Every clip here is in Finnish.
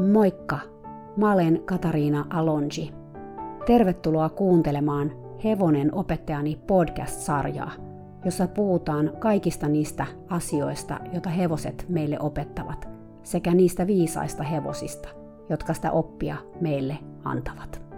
Moikka! Mä olen Katariina Alonji. Tervetuloa kuuntelemaan Hevonen opettajani podcast-sarjaa, jossa puhutaan kaikista niistä asioista, joita hevoset meille opettavat, sekä niistä viisaista hevosista, jotka sitä oppia meille antavat.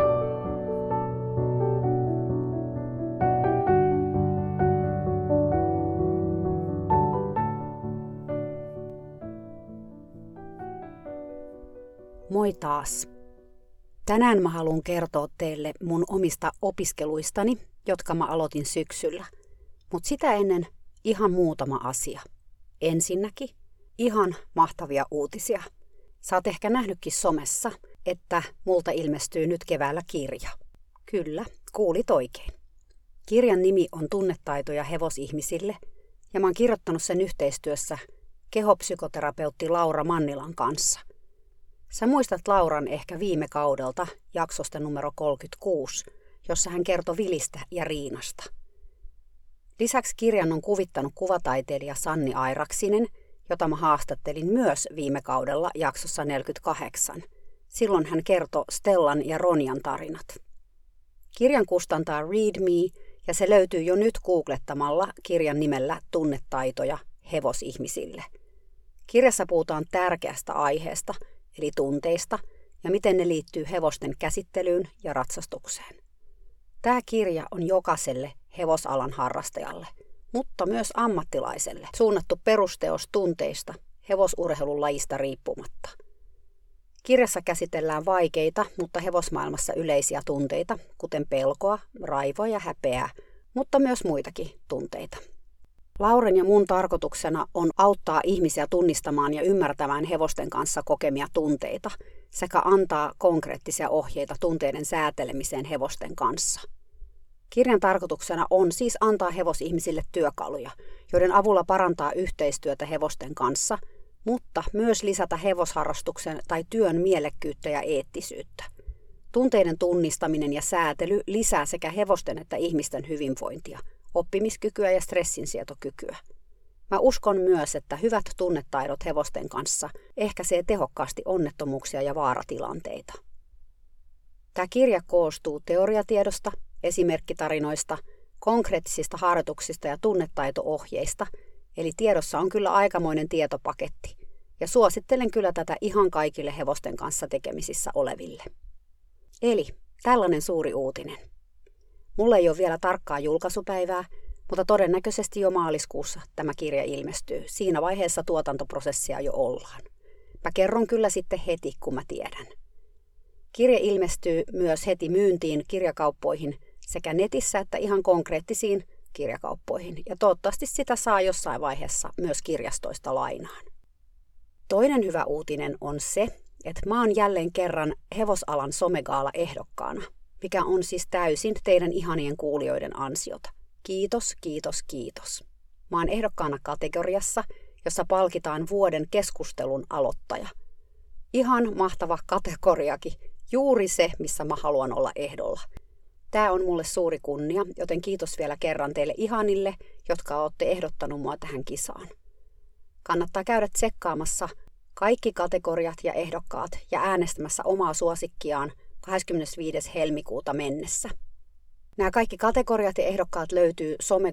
Moi taas! Tänään mä haluan kertoa teille mun omista opiskeluistani, jotka mä aloitin syksyllä. Mut sitä ennen ihan muutama asia. Ensinnäkin ihan mahtavia uutisia. Sä oot ehkä nähnytkin somessa, että multa ilmestyy nyt keväällä kirja. Kyllä, kuulit oikein. Kirjan nimi on Tunnetaitoja hevosihmisille ja mä oon kirjoittanut sen yhteistyössä kehopsykoterapeutti Laura Mannilan kanssa. Sä muistat Lauran ehkä viime kaudelta jaksosta numero 36, jossa hän kertoi Vilistä ja Riinasta. Lisäksi kirjan on kuvittanut kuvataiteilija Sanni Airaksinen, jota mä haastattelin myös viime kaudella jaksossa 48. Silloin hän kertoi Stellan ja Ronjan tarinat. Kirjan kustantaa Read Me ja se löytyy jo nyt googlettamalla kirjan nimellä Tunnetaitoja hevosihmisille. Kirjassa puhutaan tärkeästä aiheesta, eli tunteista, ja miten ne liittyy hevosten käsittelyyn ja ratsastukseen. Tämä kirja on jokaiselle hevosalan harrastajalle, mutta myös ammattilaiselle suunnattu perusteos tunteista hevosurheilun lajista riippumatta. Kirjassa käsitellään vaikeita, mutta hevosmaailmassa yleisiä tunteita, kuten pelkoa, raivoa ja häpeää, mutta myös muitakin tunteita. Lauren ja mun tarkoituksena on auttaa ihmisiä tunnistamaan ja ymmärtämään hevosten kanssa kokemia tunteita sekä antaa konkreettisia ohjeita tunteiden säätelemiseen hevosten kanssa. Kirjan tarkoituksena on siis antaa hevosihmisille työkaluja, joiden avulla parantaa yhteistyötä hevosten kanssa, mutta myös lisätä hevosharrastuksen tai työn mielekkyyttä ja eettisyyttä. Tunteiden tunnistaminen ja säätely lisää sekä hevosten että ihmisten hyvinvointia, oppimiskykyä ja stressinsietokykyä. Mä uskon myös, että hyvät tunnetaidot hevosten kanssa ehkäisee tehokkaasti onnettomuuksia ja vaaratilanteita. Tämä kirja koostuu teoriatiedosta, esimerkkitarinoista, konkreettisista harjoituksista ja tunnetaito-ohjeista, eli tiedossa on kyllä aikamoinen tietopaketti, ja suosittelen kyllä tätä ihan kaikille hevosten kanssa tekemisissä oleville. Eli tällainen suuri uutinen. Mulla ei ole vielä tarkkaa julkaisupäivää, mutta todennäköisesti jo maaliskuussa tämä kirja ilmestyy. Siinä vaiheessa tuotantoprosessia jo ollaan. Mä kerron kyllä sitten heti, kun mä tiedän. Kirja ilmestyy myös heti myyntiin kirjakauppoihin sekä netissä että ihan konkreettisiin kirjakauppoihin. Ja toivottavasti sitä saa jossain vaiheessa myös kirjastoista lainaan. Toinen hyvä uutinen on se, että mä oon jälleen kerran hevosalan somegaala-ehdokkaana, mikä on siis täysin teidän ihanien kuulijoiden ansiota. Kiitos, kiitos, kiitos. Mä oon ehdokkaana kategoriassa, jossa palkitaan vuoden keskustelun aloittaja. Ihan mahtava kategoriakin, juuri se, missä mä haluan olla ehdolla. Tää on mulle suuri kunnia, joten kiitos vielä kerran teille ihanille, jotka olette ehdottanut mua tähän kisaan. Kannattaa käydä tsekkaamassa kaikki kategoriat ja ehdokkaat ja äänestämässä omaa suosikkiaan 25. helmikuuta mennessä. Nämä kaikki kategoriat ja ehdokkaat löytyy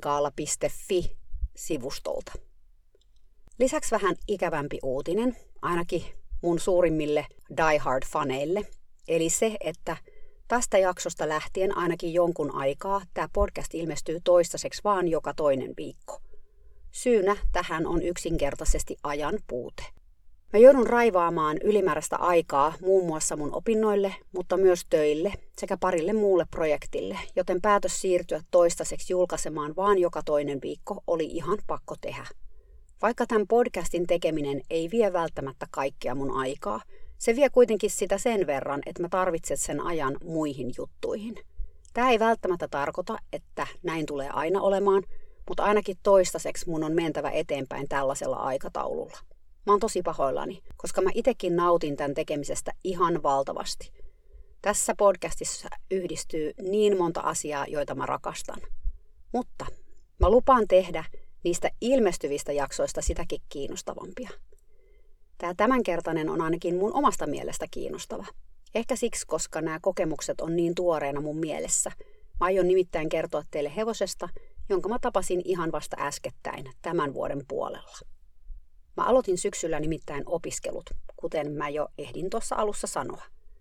somegaala.fi-sivustolta. Lisäksi vähän ikävämpi uutinen, ainakin mun suurimmille diehard-faneille, eli se, että tästä jaksosta lähtien ainakin jonkun aikaa tämä podcast ilmestyy toistaiseksi vaan joka toinen viikko. Syynä tähän on yksinkertaisesti ajan puute. Mä joudun raivaamaan ylimääräistä aikaa muun muassa mun opinnoille, mutta myös töille sekä parille muulle projektille, joten päätös siirtyä toistaiseksi julkaisemaan vaan joka toinen viikko oli ihan pakko tehdä. Vaikka tämän podcastin tekeminen ei vie välttämättä kaikkea mun aikaa, se vie kuitenkin sitä sen verran, että mä tarvitsen sen ajan muihin juttuihin. Tämä ei välttämättä tarkoita, että näin tulee aina olemaan, mutta ainakin toistaiseksi mun on mentävä eteenpäin tällaisella aikataululla. Mä oon tosi pahoillani, koska mä itekin nautin tämän tekemisestä ihan valtavasti. Tässä podcastissa yhdistyy niin monta asiaa, joita mä rakastan. Mutta mä lupaan tehdä niistä ilmestyvistä jaksoista sitäkin kiinnostavampia. Tämä tämänkertainen on ainakin mun omasta mielestä kiinnostava. Ehkä siksi, koska nämä kokemukset on niin tuoreena mun mielessä. Mä aion nimittäin kertoa teille hevosesta, jonka mä tapasin ihan vasta äskettäin tämän vuoden puolella. Mä aloitin syksyllä nimittäin opiskelut, kuten mä jo ehdin tuossa alussa sanoa.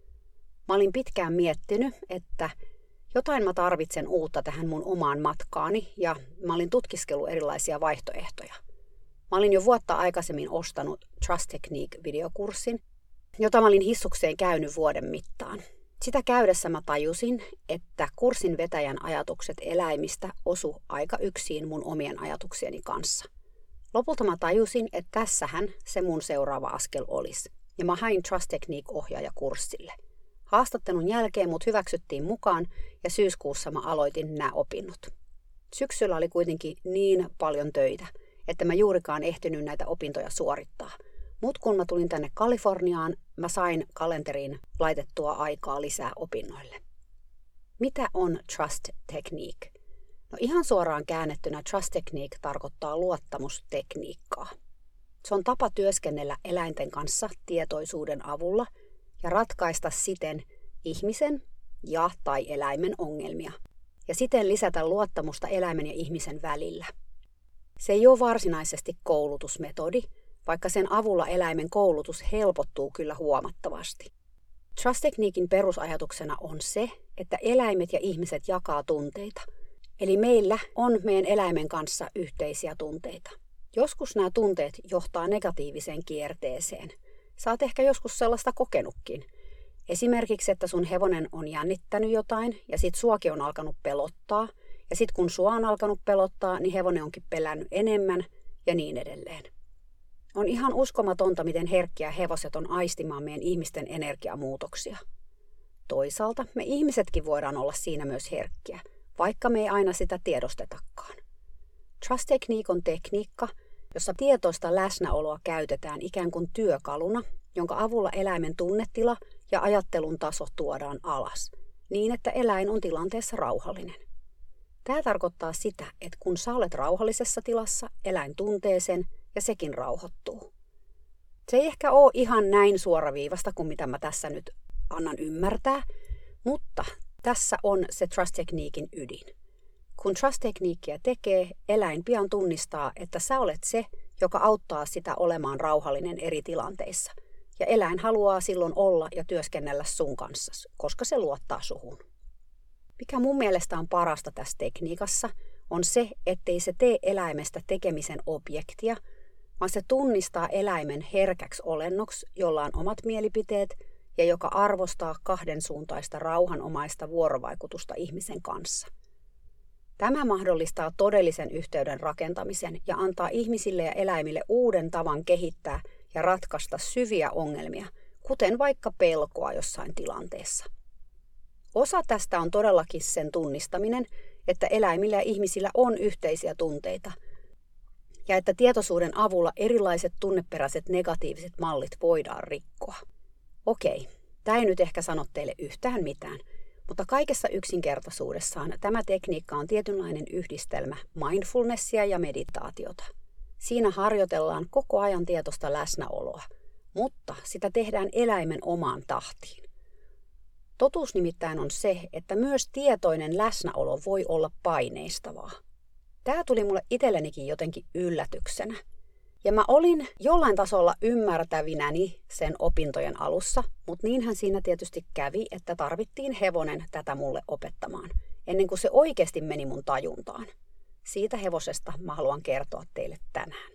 Mä olin pitkään miettinyt, että jotain mä tarvitsen uutta tähän mun omaan matkaani ja mä olin tutkiskellut erilaisia vaihtoehtoja. Mä olin jo vuotta aikaisemmin ostanut Trust Technique-videokurssin, jota mä olin hissukseen käynyt vuoden mittaan. Sitä käydessä mä tajusin, että kurssin vetäjän ajatukset eläimistä osu aika yksin mun omien ajatuksieni kanssa. Lopulta mä tajusin, että tässähän se mun seuraava askel olisi. Ja mä hain Trust Technique-ohjaajakurssille. Haastattelun jälkeen mut hyväksyttiin mukaan ja syyskuussa mä aloitin nämä opinnot. Syksyllä oli kuitenkin niin paljon töitä, että mä juurikaan ehtinyt näitä opintoja suorittaa. Mut kun mä tulin tänne Kaliforniaan, mä sain kalenteriin laitettua aikaa lisää opinnoille. Mitä on Trust Technique? No ihan suoraan käännettynä Trust Technique tarkoittaa luottamustekniikkaa. Se on tapa työskennellä eläinten kanssa tietoisuuden avulla ja ratkaista siten ihmisen ja tai eläimen ongelmia. Ja siten lisätä luottamusta eläimen ja ihmisen välillä. Se ei ole varsinaisesti koulutusmetodi, vaikka sen avulla eläimen koulutus helpottuu kyllä huomattavasti. Trust Techniquein perusajatuksena on se, että eläimet ja ihmiset jakaa tunteita. Eli meillä on meidän eläimen kanssa yhteisiä tunteita. Joskus nämä tunteet johtaa negatiiviseen kierteeseen. Sä oot ehkä joskus sellaista kokenutkin. Esimerkiksi, että sun hevonen on jännittänyt jotain ja sit suakin on alkanut pelottaa. Ja sit kun sua on alkanut pelottaa, niin hevonen onkin pelännyt enemmän ja niin edelleen. On ihan uskomatonta, miten herkkiä hevoset on aistimaan meidän ihmisten energiamuutoksia. Toisaalta me ihmisetkin voidaan olla siinä myös herkkiä, vaikka me ei aina sitä tiedostetakaan. Trust Technique on tekniikka, jossa tietoista läsnäoloa käytetään ikään kuin työkaluna, jonka avulla eläimen tunnetila ja ajattelun taso tuodaan alas, niin että eläin on tilanteessa rauhallinen. Tämä tarkoittaa sitä, että kun sä olet rauhallisessa tilassa, eläin tuntee sen ja sekin rauhoittuu. Se ei ehkä ole ihan näin suoraviivasta kuin mitä mä tässä nyt annan ymmärtää, mutta tässä on se Trust Techniquein ydin. Kun Trust Techniquea tekee, eläin pian tunnistaa, että sä olet se, joka auttaa sitä olemaan rauhallinen eri tilanteissa. Ja eläin haluaa silloin olla ja työskennellä sun kanssa, koska se luottaa suhun. Mikä mun mielestä on parasta tässä tekniikassa, on se, ettei se tee eläimestä tekemisen objektia, vaan se tunnistaa eläimen herkäksi olennoksi, jolla on omat mielipiteet ja joka arvostaa kahdensuuntaista rauhanomaista vuorovaikutusta ihmisen kanssa. Tämä mahdollistaa todellisen yhteyden rakentamisen ja antaa ihmisille ja eläimille uuden tavan kehittää ja ratkaista syviä ongelmia, kuten vaikka pelkoa jossain tilanteessa. Osa tästä on todellakin sen tunnistaminen, että eläimillä ja ihmisillä on yhteisiä tunteita, ja että tietoisuuden avulla erilaiset tunneperäiset negatiiviset mallit voidaan rikkoa. Okei, tämä ei nyt ehkä sano teille yhtään mitään, mutta kaikessa yksinkertaisuudessaan tämä tekniikka on tietynlainen yhdistelmä mindfulnessia ja meditaatiota. Siinä harjoitellaan koko ajan tietoista läsnäoloa, mutta sitä tehdään eläimen omaan tahtiin. Totuus nimittäin on se, että myös tietoinen läsnäolo voi olla paineistavaa. Tämä tuli mulle itsellenikin jotenkin yllätyksenä. Ja mä olin jollain tasolla ymmärtävinäni sen opintojen alussa, mutta niinhän siinä tietysti kävi, että tarvittiin hevonen tätä mulle opettamaan, ennen kuin se oikeasti meni mun tajuntaan. Siitä hevosesta mä haluan kertoa teille tänään.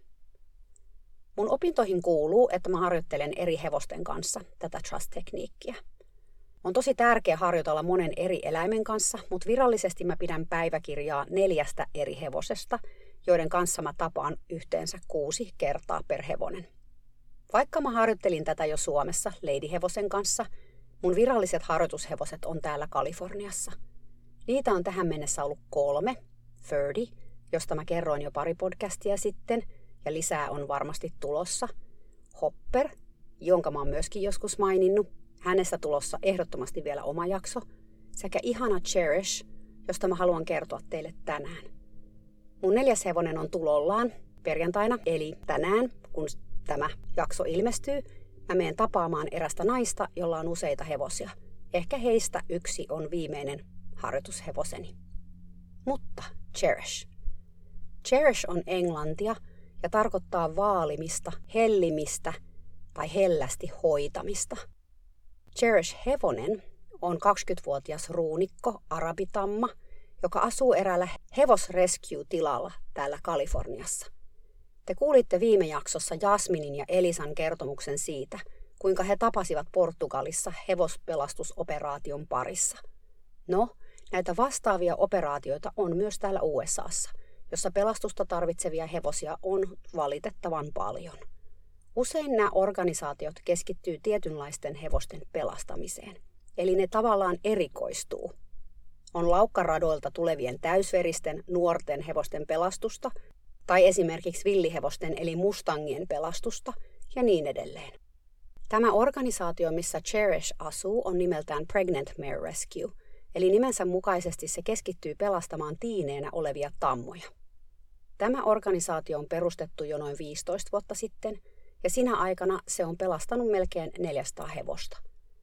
Mun opintoihin kuuluu, että mä harjoittelen eri hevosten kanssa tätä Trust-tekniikkiä. On tosi tärkeää harjoitella monen eri eläimen kanssa, mutta virallisesti mä pidän päiväkirjaa 4 eri hevosesta, joiden kanssa mä tapaan yhteensä 6 kertaa per hevonen. Vaikka mä harjoittelin tätä jo Suomessa Lady-hevosen kanssa, mun viralliset harjoitushevoset on täällä Kaliforniassa. Niitä on tähän mennessä ollut 3, Ferdy, josta mä kerroin jo pari podcastia sitten, ja lisää on varmasti tulossa, Hopper, jonka mä oon myöskin joskus maininnut, hänestä tulossa ehdottomasti vielä oma jakso, sekä ihana Cherish, josta mä haluan kertoa teille tänään. Mun 4. hevonen on tulollaan perjantaina, eli tänään, kun tämä jakso ilmestyy, mä menen tapaamaan erästä naista, jolla on useita hevosia. Ehkä heistä yksi on viimeinen harjoitushevoseni. Mutta cherish. Cherish on englantia ja tarkoittaa vaalimista, hellimistä tai hellästi hoitamista. Cherish-hevonen on 20-vuotias ruunikko, arabitamma, joka asuu eräällä hevosrescue-tilalla täällä Kaliforniassa. Te kuulitte viime jaksossa Jasminin ja Elisan kertomuksen siitä, kuinka he tapasivat Portugalissa hevospelastusoperaation parissa. No, näitä vastaavia operaatioita on myös täällä USAssa, jossa pelastusta tarvitsevia hevosia on valitettavan paljon. Usein nämä organisaatiot keskittyy tietynlaisten hevosten pelastamiseen, eli ne tavallaan erikoistuu. On laukkaradoilta tulevien täysveristen nuorten hevosten pelastusta, tai esimerkiksi villihevosten eli mustangien pelastusta ja niin edelleen. Tämä organisaatio, missä Cherish asuu, on nimeltään Pregnant Mare Rescue, eli nimensä mukaisesti se keskittyy pelastamaan tiineenä olevia tammoja. Tämä organisaatio on perustettu jo noin 15 vuotta sitten, ja sinä aikana se on pelastanut melkein 400 hevosta.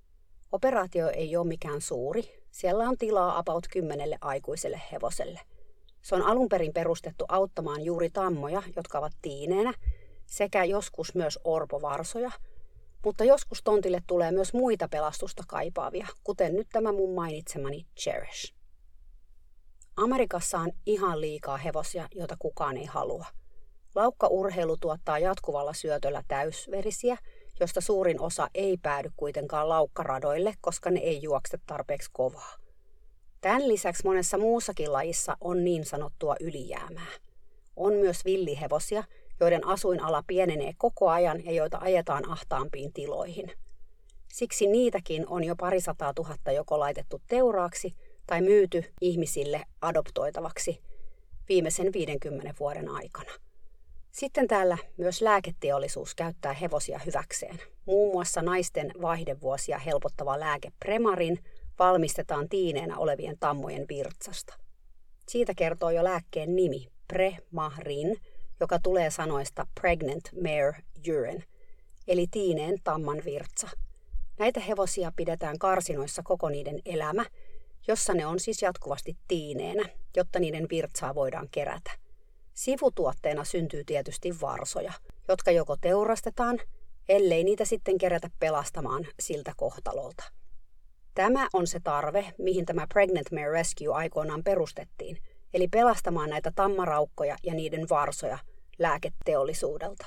Operaatio ei ole mikään suuri, siellä on tilaa about 10 aikuiselle hevoselle. Se on alun perin perustettu auttamaan juuri tammoja, jotka ovat tiineenä, sekä joskus myös orpovarsoja, mutta joskus tontille tulee myös muita pelastusta kaipaavia, kuten nyt tämä mun mainitsemani Cherish. Amerikassa on ihan liikaa hevosia, joita kukaan ei halua. Laukkaurheilu tuottaa jatkuvalla syötöllä täysverisiä, josta suurin osa ei päädy kuitenkaan laukkaradoille, koska ne ei juokse tarpeeksi kovaa. Tämän lisäksi monessa muussakin lajissa on niin sanottua ylijäämää. On myös villihevosia, joiden asuinala pienenee koko ajan ja joita ajetaan ahtaampiin tiloihin. Siksi niitäkin on jo 200 000 joko laitettu teuraaksi tai myyty ihmisille adoptoitavaksi viimeisen 50 vuoden aikana. Sitten täällä myös lääketeollisuus käyttää hevosia hyväkseen. Muun muassa naisten vaihdevuosia helpottava lääke Premarin valmistetaan tiineenä olevien tammojen virtsasta. Siitä kertoo jo lääkkeen nimi, Premarin, joka tulee sanoista Pregnant Mare Urine, eli tiineen tamman virtsa. Näitä hevosia pidetään karsinoissa koko niiden elämä, jossa ne on siis jatkuvasti tiineenä, jotta niiden virtsaa voidaan kerätä. Sivutuotteena syntyy tietysti varsoja, jotka joko teurastetaan, ellei niitä sitten kerätä pelastamaan siltä kohtalolta. Tämä on se tarve, mihin tämä Pregnant Mare Rescue aikoinaan perustettiin, eli pelastamaan näitä tammaraukkoja ja niiden varsoja lääketeollisuudelta.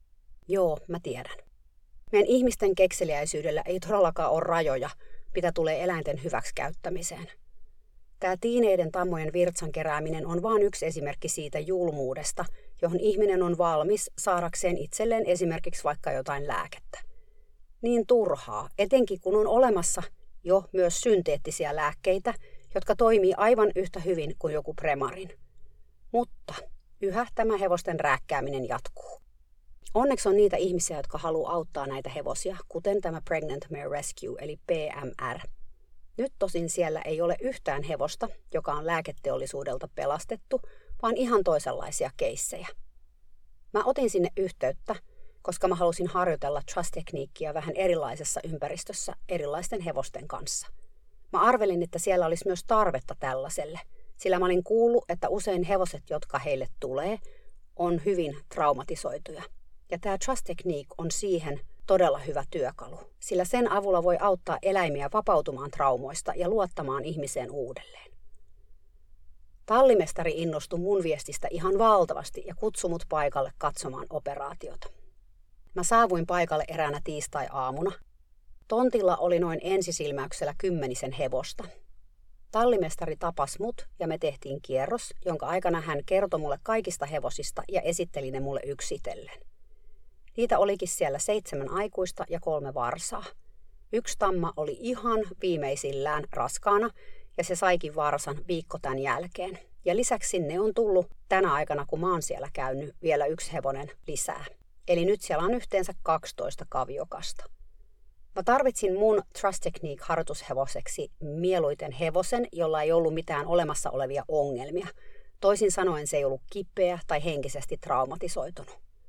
Joo, mä tiedän. Meidän ihmisten kekseliäisyydellä ei todellakaan ole rajoja, mitä tulee eläinten hyväksikäyttämiseen. Tämä tiineiden tammojen virtsan kerääminen on vain yksi esimerkki siitä julmuudesta, johon ihminen on valmis saadakseen itselleen esimerkiksi vaikka jotain lääkettä. Niin turhaa, etenkin kun on olemassa jo myös synteettisiä lääkkeitä, jotka toimii aivan yhtä hyvin kuin joku Premarin. Mutta yhä tämä hevosten rääkkääminen jatkuu. Onneksi on niitä ihmisiä, jotka haluaa auttaa näitä hevosia, kuten tämä Pregnant Mare Rescue eli PMR. Nyt tosin siellä ei ole yhtään hevosta, joka on lääketeollisuudelta pelastettu, vaan ihan toisenlaisia keissejä. Mä otin sinne yhteyttä, koska mä halusin harjoitella trust-tekniikkiä vähän erilaisessa ympäristössä erilaisten hevosten kanssa. Mä arvelin, että siellä olisi myös tarvetta tällaiselle, sillä mä olin kuullut, että usein hevoset, jotka heille tulee, on hyvin traumatisoituja. Ja tämä trust technique on siihen todella hyvä työkalu, sillä sen avulla voi auttaa eläimiä vapautumaan traumoista ja luottamaan ihmiseen uudelleen. Tallimestari innostui mun viestistä ihan valtavasti ja kutsui mut paikalle katsomaan operaatiota. Mä saavuin paikalle eräänä tiistai-aamuna. Tontilla oli noin ensisilmäyksellä 10 hevosta. Tallimestari tapasi mut ja me tehtiin kierros, jonka aikana hän kertoi mulle kaikista hevosista ja esitteli ne mulle yksitellen. Niitä olikin siellä 7 aikuista ja 3 varsaa. Yksi tamma oli ihan viimeisillään raskaana ja se saikin varsan viikko tämän jälkeen. Ja lisäksi sinne on tullut tänä aikana, kun mä oon siellä käynyt, vielä 1 hevonen lisää. Eli nyt siellä on yhteensä 12 kaviokasta. Mä tarvitsin mun Trust Technique-harjoitushevoseksi mieluiten hevosen, jolla ei ollut mitään olemassa olevia ongelmia. Toisin sanoen se ei ollut kipeä tai henkisesti traumatisoitunut.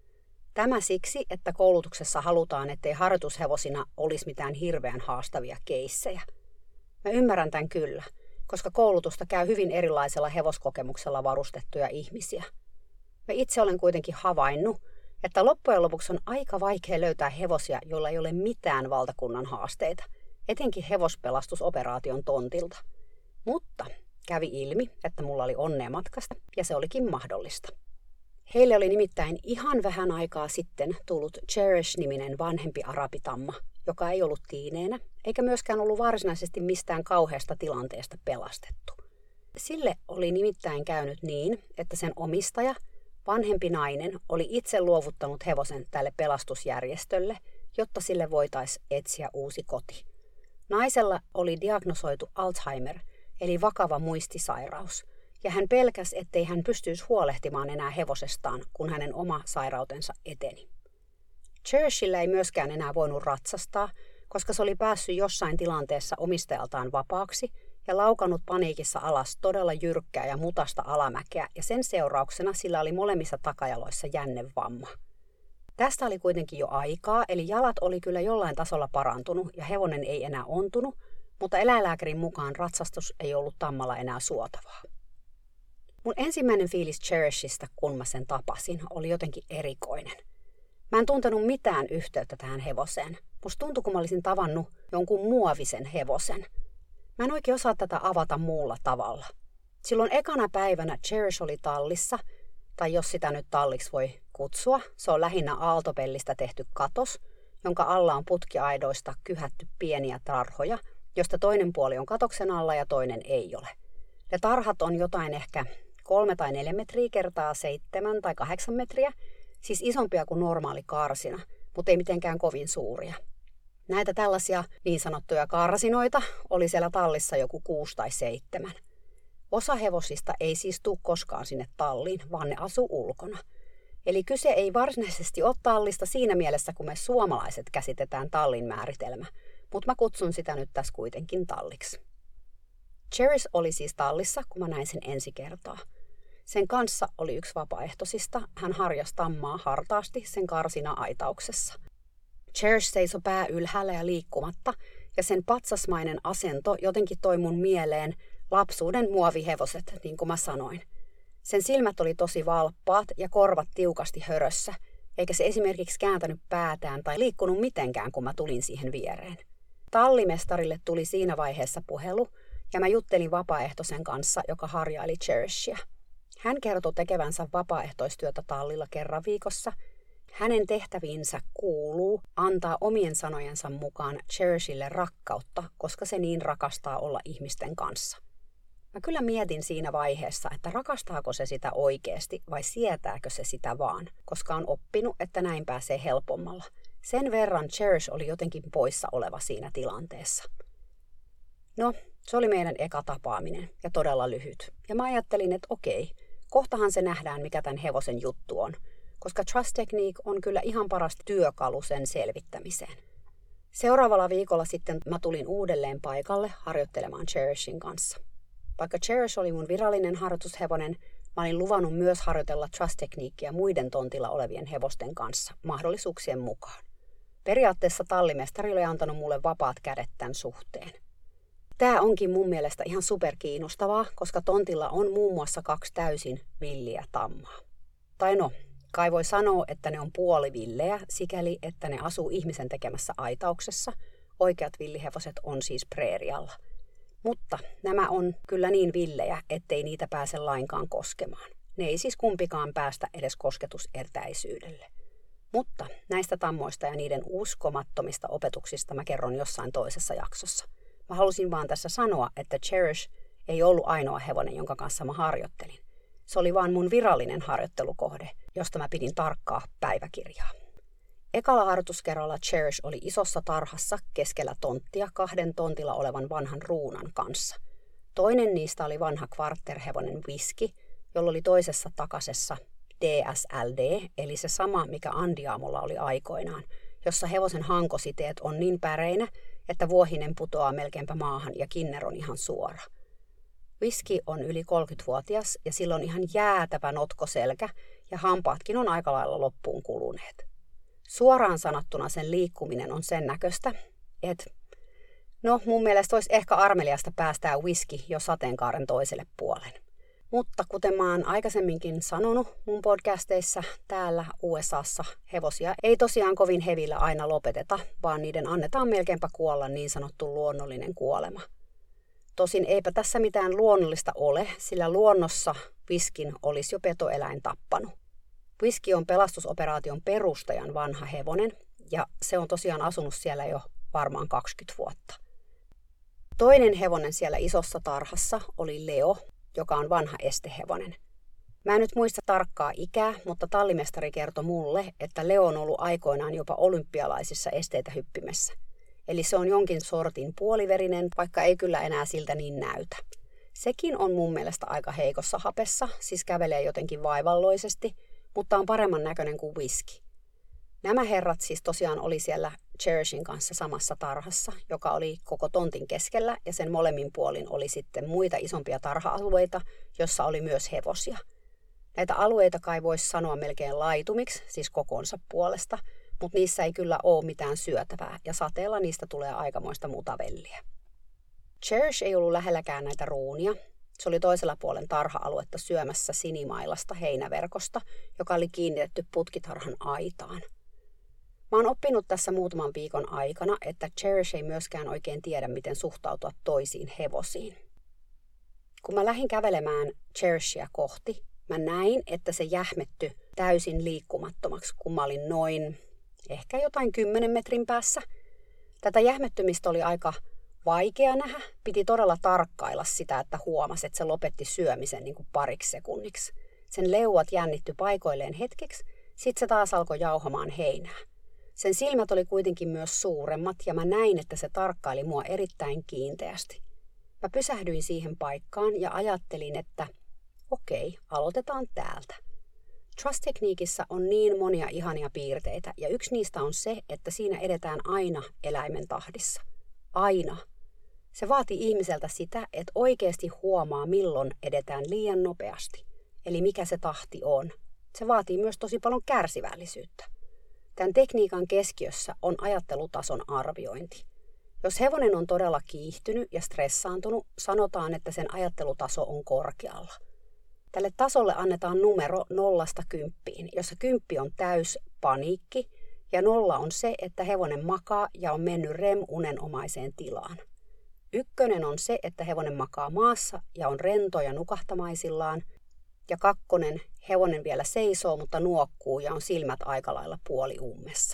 Tämä siksi, että koulutuksessa halutaan, ettei harjoitushevosina olisi mitään hirveän haastavia keissejä. Mä ymmärrän tämän kyllä, koska koulutusta käy hyvin erilaisella hevoskokemuksella varustettuja ihmisiä. Mä itse olen kuitenkin havainnut, että loppujen lopuksi on aika vaikea löytää hevosia, joilla ei ole mitään valtakunnan haasteita, etenkin hevospelastusoperaation tontilta. Mutta kävi ilmi, että mulla oli onnea matkasta ja se olikin mahdollista. Heille oli nimittäin ihan vähän aikaa sitten tullut Cherish-niminen vanhempi arabitamma, joka ei ollut tiineenä, eikä myöskään ollut varsinaisesti mistään kauheasta tilanteesta pelastettu. Sille oli nimittäin käynyt niin, että sen omistaja, vanhempi nainen, oli itse luovuttanut hevosen tälle pelastusjärjestölle, jotta sille voitaisiin etsiä uusi koti. Naisella oli diagnosoitu Alzheimer, eli vakava muistisairaus, ja hän pelkäsi, ettei hän pystyisi huolehtimaan enää hevosestaan, kun hänen oma sairautensa eteni. Cherishillä ei myöskään enää voinut ratsastaa, koska se oli päässyt jossain tilanteessa omistajaltaan vapaaksi ja laukannut paniikissa alas todella jyrkkää ja mutasta alamäkeä, ja sen seurauksena sillä oli molemmissa takajaloissa jännevamma. Tästä oli kuitenkin jo aikaa, eli jalat oli kyllä jollain tasolla parantunut ja hevonen ei enää ontunut, mutta eläinlääkärin mukaan ratsastus ei ollut tammalla enää suotavaa. Mun ensimmäinen fiilis Cherishistä, kun mä sen tapasin, oli jotenkin erikoinen. Mä en tuntenut mitään yhteyttä tähän hevoseen. Musta tuntui, kun mä olisin tavannut jonkun muovisen hevosen. Mä en oikein osaa tätä avata muulla tavalla. Silloin ekana päivänä Cherish oli tallissa, tai jos sitä nyt talliksi voi kutsua, se on lähinnä aaltopellistä tehty katos, jonka alla on putkiaidoista kyhätty pieniä tarhoja, josta toinen puoli on katoksen alla ja toinen ei ole. Ne tarhat on jotain ehkä 3 tai 4 metriä kertaa 7 tai 8 metriä, siis isompia kuin normaali karsina, mutta ei mitenkään kovin suuria. Näitä tällaisia niin sanottuja karsinoita oli siellä tallissa joku 6 tai 7. Osa hevosista ei siis tule koskaan sinne talliin, vaan ne asuu ulkona. Eli kyse ei varsinaisesti ole tallista siinä mielessä, kun me suomalaiset käsitetään tallin määritelmä, mutta mä kutsun sitä nyt tässä kuitenkin talliksi. Cherish oli siis tallissa, kun mä näin sen ensi kertaa. Sen kanssa oli yksi vapaaehtoisista. Hän harjasi tammaa hartaasti sen karsina-aitauksessa. Cherish seisoi pää ylhäällä ja liikkumatta, ja sen patsasmainen asento jotenkin toi mun mieleen lapsuuden muovihevoset, niin kuin mä sanoin. Sen silmät oli tosi valppaat ja korvat tiukasti hörössä, eikä se esimerkiksi kääntänyt päätään tai liikkunut mitenkään, kun mä tulin siihen viereen. Tallimestarille tuli siinä vaiheessa puhelu, ja mä juttelin vapaaehtoisen kanssa, joka harjaili Cherishia. Hän kertoi tekevänsä vapaaehtoistyötä tallilla kerran viikossa. Hänen tehtäviinsä kuuluu antaa omien sanojensa mukaan Cherishille rakkautta, koska se niin rakastaa olla ihmisten kanssa. Mä kyllä mietin siinä vaiheessa, että rakastaako se sitä oikeasti vai sietääkö se sitä vaan, koska on oppinut, että näin pääsee helpommalla. Sen verran Cherish oli jotenkin poissa oleva siinä tilanteessa. No, se oli meidän eka tapaaminen ja todella lyhyt. Ja mä ajattelin, että okei, kohtahan se nähdään, mikä tämän hevosen juttu on, koska Trust Technique on kyllä ihan paras työkalu sen selvittämiseen. Seuraavalla viikolla sitten mä tulin uudelleen paikalle harjoittelemaan Cherishin kanssa. Vaikka Cherish oli mun virallinen harjoitushevonen, mä olin luvannut myös harjoitella Trust Techniquea muiden tontilla olevien hevosten kanssa, mahdollisuuksien mukaan. Periaatteessa tallimestari oli antanut mulle vapaat kädet tämän suhteen. Tämä onkin mun mielestä ihan superkiinnostavaa, koska tontilla on muun muassa 2 täysin villiä tammaa. Tai no, kai voi sanoa, että ne on puolivillejä, sikäli että ne asuu ihmisen tekemässä aitauksessa. Oikeat villihevoset on siis preerialla. Mutta nämä on kyllä niin villejä, ettei niitä pääse lainkaan koskemaan. Ne ei siis kumpikaan päästä edes kosketusetäisyydelle. Mutta näistä tammoista ja niiden uskomattomista opetuksista mä kerron jossain toisessa jaksossa. Mä halusin vaan tässä sanoa, että Cherish ei ollut ainoa hevonen, jonka kanssa mä harjoittelin. Se oli vaan mun virallinen harjoittelukohde, josta mä pidin tarkkaa päiväkirjaa. Ekalla harjoituskerralla Cherish oli isossa tarhassa keskellä tonttia 2 tontilla olevan vanhan ruunan kanssa. Toinen niistä oli vanha kvarterhevonen Whisky, jolla oli toisessa takasessa DSLD, eli se sama, mikä Andiamolla oli aikoinaan, jossa hevosen hankositeet on niin päreinä, että vuohinen putoaa melkeinpä maahan ja kinner on ihan suora. Whisky on yli 30-vuotias ja sillä on ihan jäätävä notkoselkä ja hampaatkin on aika lailla loppuun kuluneet. Suoraan sanottuna sen liikkuminen on sen näköistä, että mun mielestä olisi ehkä armeliasta päästää whisky jo sateenkaaren toiselle puolen. Mutta kuten mä oon aikaisemminkin sanonut mun podcasteissa, täällä USAssa hevosia ei tosiaan kovin hevillä aina lopeteta, vaan niiden annetaan melkeinpä kuolla niin sanottu luonnollinen kuolema. Tosin eipä tässä mitään luonnollista ole, sillä luonnossa whiskin olisi jo petoeläin tappanut. Whisky on pelastusoperaation perustajan vanha hevonen, ja se on tosiaan asunut siellä jo varmaan 20 vuotta. Toinen hevonen siellä isossa tarhassa oli Leo, joka on vanha estehevonen. Mä en nyt muista tarkkaa ikää, mutta tallimestari kertoi mulle, että Leo on ollut aikoinaan jopa olympialaisissa esteitä hyppimessä. Eli se on jonkin sortin puoliverinen, vaikka ei kyllä enää siltä niin näytä. Sekin on mun mielestä aika heikossa hapessa, siis kävelee jotenkin vaivalloisesti, mutta on paremman näköinen kuin whisky. Nämä herrat siis tosiaan oli siellä Cherishin kanssa samassa tarhassa, joka oli koko tontin keskellä, ja sen molemmin puolin oli sitten muita isompia tarha-alueita, jossa oli myös hevosia. Näitä alueita kai voisi sanoa melkein laitumiksi, siis kokonsa puolesta, mutta niissä ei kyllä ole mitään syötävää, ja sateella niistä tulee aikamoista mutavelliä. Cherish ei ollut lähelläkään näitä ruunia. Se oli toisella puolen tarha-aluetta syömässä sinimailasta heinäverkosta, joka oli kiinnitetty putkitarhan aitaan. Mä oon oppinut tässä muutaman viikon aikana, että Cherish ei myöskään oikein tiedä, miten suhtautua toisiin hevosiin. Kun mä lähdin kävelemään Cherishia kohti, mä näin, että se jähmettyi täysin liikkumattomaksi, kun mä olin noin ehkä jotain 10 metrin päässä. Tätä jähmettymistä oli aika vaikea nähdä. Piti todella tarkkailla sitä, että huomasi, että se lopetti syömisen niin kuin pariksi sekunniksi. Sen leuat jännitty paikoilleen hetkeksi, sit se taas alkoi jauhamaan heinää. Sen silmät oli kuitenkin myös suuremmat ja mä näin, että se tarkkaili mua erittäin kiinteästi. Mä pysähdyin siihen paikkaan ja ajattelin, että okei, aloitetaan täältä. Trust-tekniikissa on niin monia ihania piirteitä ja yksi niistä on se, että siinä edetään aina eläimen tahdissa. Aina. Se vaatii ihmiseltä sitä, että oikeasti huomaa, milloin edetään liian nopeasti. Eli mikä se tahti on. Se vaatii myös tosi paljon kärsivällisyyttä. Tämän tekniikan keskiössä on ajattelutason arviointi. Jos hevonen on todella kiihtynyt ja stressaantunut, sanotaan, että sen ajattelutaso on korkealla. Tälle tasolle annetaan numero 0–10, jossa 10 on täys paniikki ja 0 on se, että hevonen makaa ja on mennyt REM-unenomaiseen tilaan. 1 on se, että hevonen makaa maassa ja on rento ja nukahtamaisillaan. Ja 2, hevonen vielä seisoo, mutta nuokkuu ja on silmät aika lailla puoliummessa.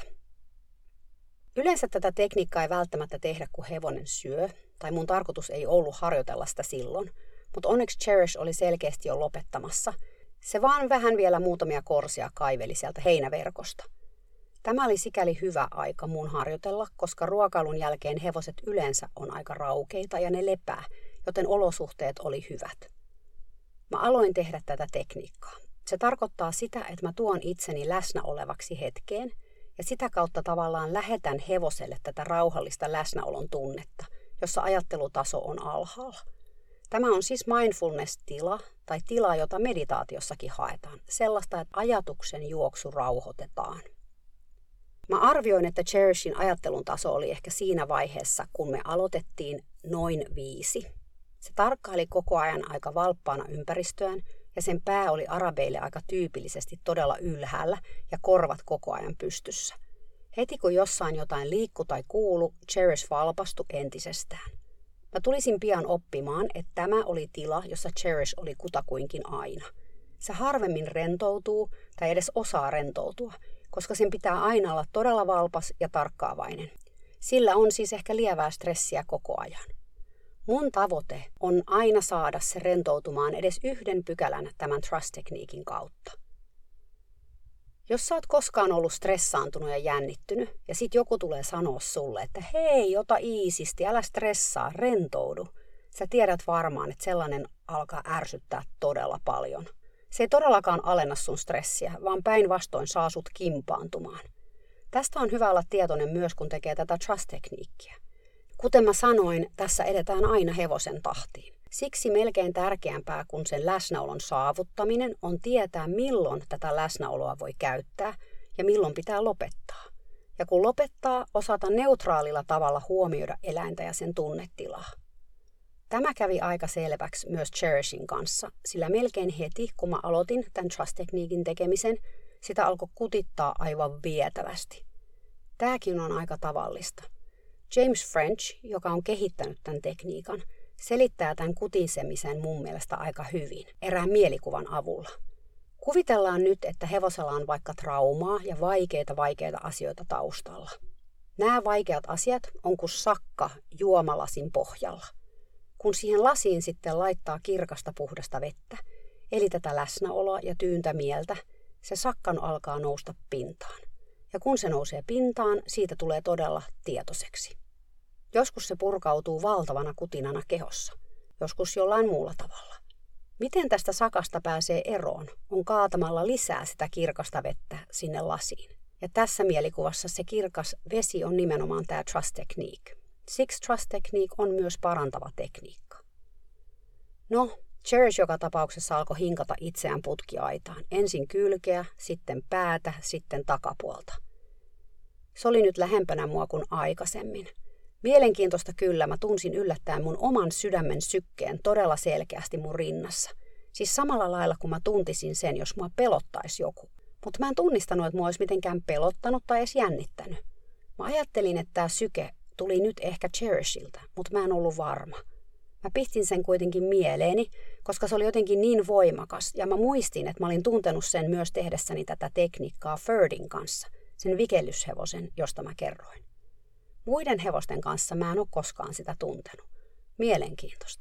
Yleensä tätä tekniikkaa ei välttämättä tehdä, kun hevonen syö, tai mun tarkoitus ei ollut harjoitella sitä silloin, mutta onneksi Cherish oli selkeästi jo lopettamassa. Se vaan vähän vielä muutamia korsia kaiveli sieltä heinäverkosta. Tämä oli sikäli hyvä aika mun harjoitella, koska ruokailun jälkeen hevoset yleensä on aika raukeita ja ne lepää, joten olosuhteet oli hyvät. Mä aloin tehdä tätä tekniikkaa. Se tarkoittaa sitä, että mä tuon itseni läsnä olevaksi hetkeen ja sitä kautta tavallaan lähetän hevoselle tätä rauhallista läsnäolon tunnetta, jossa ajattelutaso on alhaalla. Tämä on siis mindfulness-tila tai tila, jota meditaatiossakin haetaan. Sellaista, että ajatuksen juoksu rauhoitetaan. Mä arvioin, että Cherishin ajattelun taso oli ehkä siinä vaiheessa, kun me aloitettiin noin 5. Se tarkkaili koko ajan aika valppaana ympäristöään ja sen pää oli arabeille aika tyypillisesti todella ylhäällä ja korvat koko ajan pystyssä. Heti kun jossain jotain liikkui tai kuulu, Cherish valpastui entisestään. Mä tulisin pian oppimaan, että tämä oli tila, jossa Cherish oli kutakuinkin aina. Se harvemmin rentoutuu tai edes osaa rentoutua, koska sen pitää aina olla todella valpas ja tarkkaavainen. Sillä on siis ehkä lievää stressiä koko ajan. Mun tavoite on aina saada se rentoutumaan edes 1 pykälän tämän trust-tekniikin kautta. Jos sä oot koskaan ollut stressaantunut ja jännittynyt, ja sit joku tulee sanoa sulle, että hei, ota iisisti, älä stressaa, rentoudu. Sä tiedät varmaan, että sellainen alkaa ärsyttää todella paljon. Se ei todellakaan alenna sun stressiä, vaan päinvastoin saa sut kimpaantumaan. Tästä on hyvä olla tietoinen myös, kun tekee tätä trust-tekniikkiä. Kuten mä sanoin, tässä edetään aina hevosen tahtiin. Siksi melkein tärkeämpää kuin sen läsnäolon saavuttaminen on tietää, milloin tätä läsnäoloa voi käyttää ja milloin pitää lopettaa. Ja kun lopettaa, osata neutraalilla tavalla huomioida eläintä ja sen tunnetilaa. Tämä kävi aika selväksi myös Cherishin kanssa, sillä melkein heti, kun mä aloitin tämän trust-tekniikin tekemisen, sitä alkoi kutittaa aivan vietävästi. Tämäkin on aika tavallista. James French, joka on kehittänyt tämän tekniikan, selittää tämän kutisemisen mun mielestä aika hyvin, erään mielikuvan avulla. Kuvitellaan nyt, että hevosella on vaikka traumaa ja vaikeita asioita taustalla. Nämä vaikeat asiat on kuin sakka juomalasin pohjalla. Kun siihen lasiin sitten laittaa kirkasta puhdasta vettä, eli tätä läsnäoloa ja tyyntä mieltä, se sakkan alkaa nousta pintaan. Ja kun se nousee pintaan, siitä tulee todella tietoiseksi. Joskus se purkautuu valtavana kutinana kehossa, joskus jollain muulla tavalla. Miten tästä sakasta pääsee eroon, on kaatamalla lisää sitä kirkasta vettä sinne lasiin. Ja tässä mielikuvassa se kirkas vesi on nimenomaan tämä trust technique. Siksi trust technique on myös parantava tekniikka. No, Cherish joka tapauksessa alkoi hinkata itseään putkiaitaan. Ensin kylkeä, sitten päätä, sitten takapuolta. Se oli nyt lähempänä mua kuin aikaisemmin. Mielenkiintoista kyllä, mä tunsin yllättäen mun oman sydämen sykkeen todella selkeästi mun rinnassa. Siis samalla lailla kuin mä tuntisin sen, jos mua pelottaisi joku. Mutta mä en tunnistanut, että mua olisi mitenkään pelottanut tai edes jännittänyt. Mä ajattelin, että tää syke tuli nyt ehkä Cherishiltä, mutta mä en ollut varma. Mä pistin sen kuitenkin mieleeni, koska se oli jotenkin niin voimakas, ja mä muistin, että mä olin tuntenut sen myös tehdessäni tätä tekniikkaa Ferdin kanssa, sen vikellyshevosen, josta mä kerroin. Muiden hevosten kanssa mä en ole koskaan sitä tuntenut. Mielenkiintoista.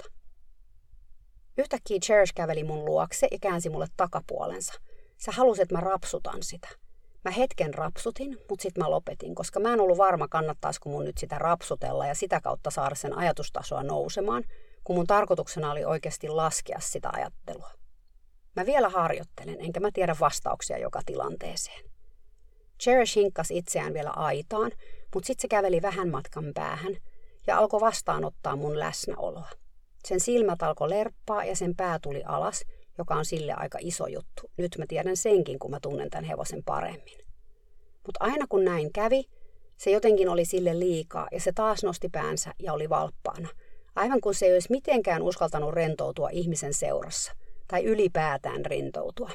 Yhtäkkiä Cherish käveli mun luokse ja käänsi mulle takapuolensa. Se halusi, että mä rapsutan sitä. Mä hetken rapsutin, mutta sitten mä lopetin, koska mä en ollut varma, kannattaisiko mun nyt sitä rapsutella ja sitä kautta saada sen ajatustasoa nousemaan, kun mun tarkoituksena oli oikeasti laskea sitä ajattelua. Mä vielä harjoittelen, enkä mä tiedä vastauksia joka tilanteeseen. Cherish hinkkasi itseään vielä aitaan, mutta sitten se käveli vähän matkan päähän ja alkoi vastaanottaa mun läsnäoloa. Sen silmät alkoi lerppaa ja sen pää tuli alas, joka on sille aika iso juttu. Nyt mä tiedän senkin, kun mä tunnen tämän hevosen paremmin. Mutta aina kun näin kävi, se jotenkin oli sille liikaa ja se taas nosti päänsä ja oli valppaana. Aivan kun se ei olisi mitenkään uskaltanut rentoutua ihmisen seurassa tai ylipäätään rentoutua.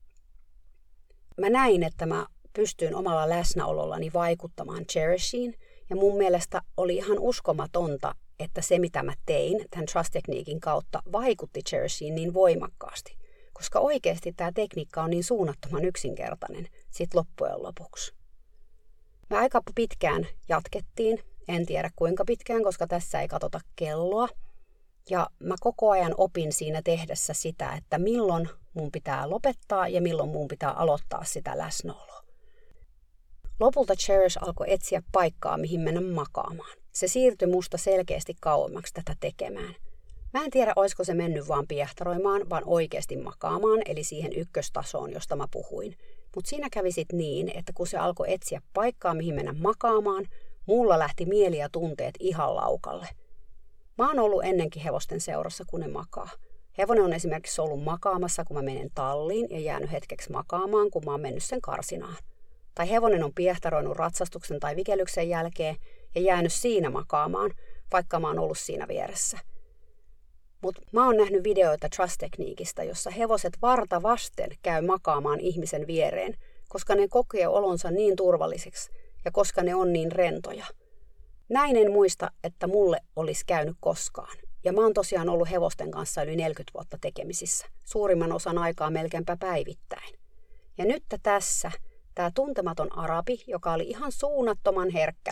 Mä näin, että mä pystyin omalla läsnäolollani vaikuttamaan Cherishiin ja mun mielestä oli ihan uskomatonta, että se mitä mä tein tämän trust-tekniikin kautta vaikutti Cherishiin niin voimakkaasti, koska oikeasti tämä tekniikka on niin suunnattoman yksinkertainen sit loppujen lopuksi. Me aika pitkään jatkettiin, en tiedä kuinka pitkään, koska tässä ei katsota kelloa. Ja mä koko ajan opin siinä tehdessä sitä, että milloin mun pitää lopettaa ja milloin mun pitää aloittaa sitä läsnäoloa. Lopulta Cherish alkoi etsiä paikkaa, mihin mennä makaamaan. Se siirtyi musta selkeästi kauemmaksi tätä tekemään. Mä en tiedä, olisiko se mennyt vaan piehtaroimaan, vaan oikeasti makaamaan, eli siihen ykköstasoon, josta mä puhuin. Mutta siinä kävi sit niin, että kun se alkoi etsiä paikkaa, mihin mennä makaamaan, mulla lähti mieli ja tunteet ihan laukalle. Mä oon ollut ennenkin hevosten seurassa, kun ne makaa. Hevonen on esimerkiksi ollut makaamassa, kun mä menen talliin ja jäänyt hetkeksi makaamaan, kun mä oon mennyt sen karsinaan. Tai hevonen on piehtaroinut ratsastuksen tai vikellyksen jälkeen ja jäänyt siinä makaamaan, vaikka mä oon ollut siinä vieressä. Mutta mä oon nähnyt videoita trust-tekniikistä, jossa hevoset varta vasten käy makaamaan ihmisen viereen, koska ne kokee olonsa niin turvallisiksi ja koska ne on niin rentoja. Näin en muista, että mulle olisi käynyt koskaan. Ja mä oon tosiaan ollut hevosten kanssa yli 40 vuotta tekemisissä, suurimman osan aikaa melkeinpä päivittäin. Ja nyt tässä tämä tuntematon arabi, joka oli ihan suunnattoman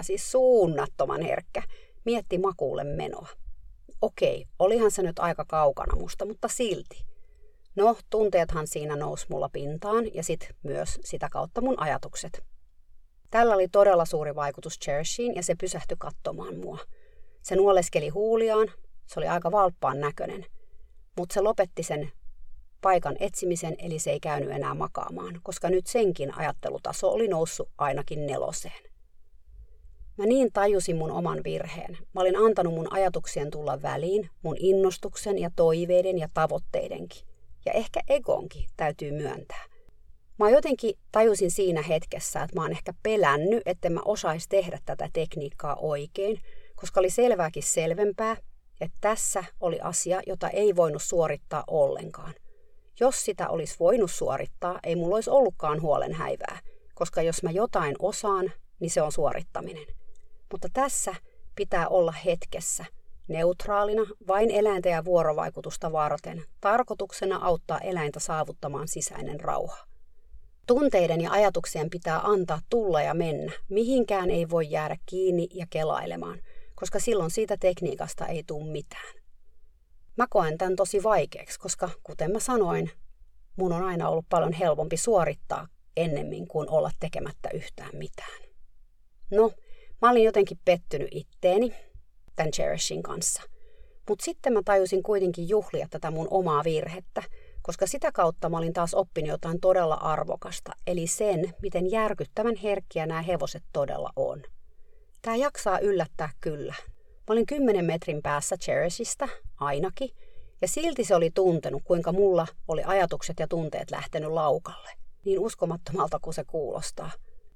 herkkä, mietti makuulle menoa. Okei, olihan se nyt aika kaukana musta, mutta silti. No, tunteethan siinä nousi mulla pintaan ja sit myös sitä kautta mun ajatukset. Tällä oli todella suuri vaikutus Cherishiin ja se pysähtyi katsomaan mua. Se nuoleskeli huuliaan, se oli aika valppaan näköinen, mutta se lopetti sen paikan etsimisen, eli se ei käynyt enää makaamaan, koska nyt senkin ajattelutaso oli noussut ainakin 4. Mä niin tajusin mun oman virheen. Mä olin antanut mun ajatuksien tulla väliin, mun innostuksen ja toiveiden ja tavoitteidenkin. Ja ehkä egonkin täytyy myöntää. Mä jotenkin tajusin siinä hetkessä, että mä oon ehkä pelännyt, että mä osais tehdä tätä tekniikkaa oikein, koska oli selvääkin selvempää, että tässä oli asia, jota ei voinut suorittaa ollenkaan. Jos sitä olisi voinut suorittaa, ei mulla olisi ollutkaan huolenhäivää, koska jos mä jotain osaan, niin se on suorittaminen. Mutta tässä pitää olla hetkessä, neutraalina, vain eläintä ja vuorovaikutusta varten, tarkoituksena auttaa eläintä saavuttamaan sisäinen rauha. Tunteiden ja ajatuksien pitää antaa tulla ja mennä. Mihinkään ei voi jäädä kiinni ja kelailemaan, koska silloin siitä tekniikasta ei tule mitään. Mä koen tämän tosi vaikeaksi, koska kuten mä sanoin, mun on aina ollut paljon helpompi suorittaa ennemmin kuin olla tekemättä yhtään mitään. No, mä olin jotenkin pettynyt itteeni tämän Cherishin kanssa. Mutta sitten mä tajusin kuitenkin juhlia tätä mun omaa virhettä, koska sitä kautta mä olin taas oppinut jotain todella arvokasta, eli sen, miten järkyttävän herkkiä nämä hevoset todella on. Tää jaksaa yllättää kyllä. Mä olin 10 metrin päässä Cherishistä, ainakin, ja silti se oli tuntenut, kuinka mulla oli ajatukset ja tunteet lähtenyt laukalle. Niin uskomattomalta kuin se kuulostaa.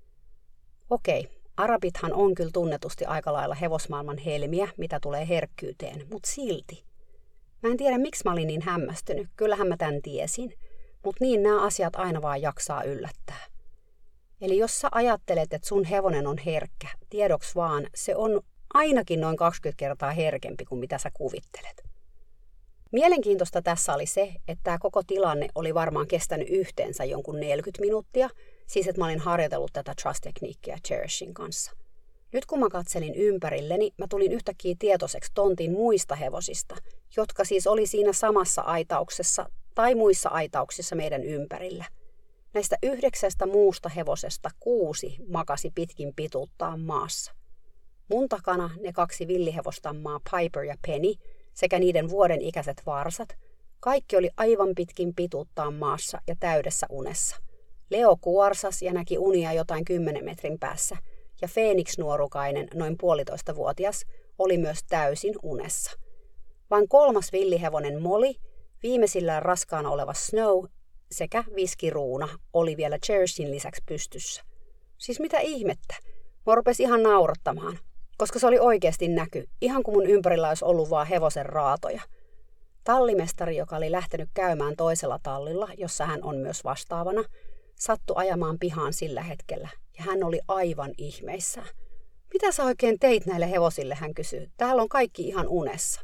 Okei, arabithan on kyllä tunnetusti aika lailla hevosmaailman helmiä, mitä tulee herkkyyteen, mutta silti. Mä en tiedä, miksi mä olin niin hämmästynyt, kyllähän mä tän tiesin, mutta niin nämä asiat aina vaan jaksaa yllättää. Eli jos sä ajattelet, että sun hevonen on herkkä, tiedoks vaan, se on ainakin noin 20 kertaa herkempi kuin mitä sä kuvittelet. Mielenkiintoista tässä oli se, että tämä koko tilanne oli varmaan kestänyt yhteensä jonkun 40 minuuttia, siis että mä olin harjoitellut tätä trust-tekniikkiä Cherishin kanssa. Nyt kun mä katselin ympärilleni, mä tulin yhtäkkiä tietoiseksi tontin muista hevosista, jotka siis oli siinä samassa aitauksessa tai muissa aitauksissa meidän ympärillä. Näistä 9 muusta hevosesta 6 makasi pitkin pituuttaan maassa. Mun takana ne 2 villihevostammaa Piper ja Penny sekä niiden vuoden ikäiset varsat, kaikki oli aivan pitkin pituuttaan maassa ja täydessä unessa. Leo kuorsas ja näki unia jotain 10 metrin päässä, ja Phoenix-nuorukainen, noin 1,5-vuotias, oli myös täysin unessa. Vain 3. villihevonen Molly, viimeisillään raskaana oleva Snow sekä viskiruuna oli vielä Cherishin lisäksi pystyssä. Siis mitä ihmettä? Mä rupesin ihan naurattamaan, koska se oli oikeasti näky, ihan kuin mun ympärillä olisi ollut vaan hevosen raatoja. Tallimestari, joka oli lähtenyt käymään toisella tallilla, jossa hän on myös vastaavana, sattui ajamaan pihaan sillä hetkellä, ja hän oli aivan ihmeissään. Mitä sä oikein teit näille hevosille, hän kysyi. Täällä on kaikki ihan unessa.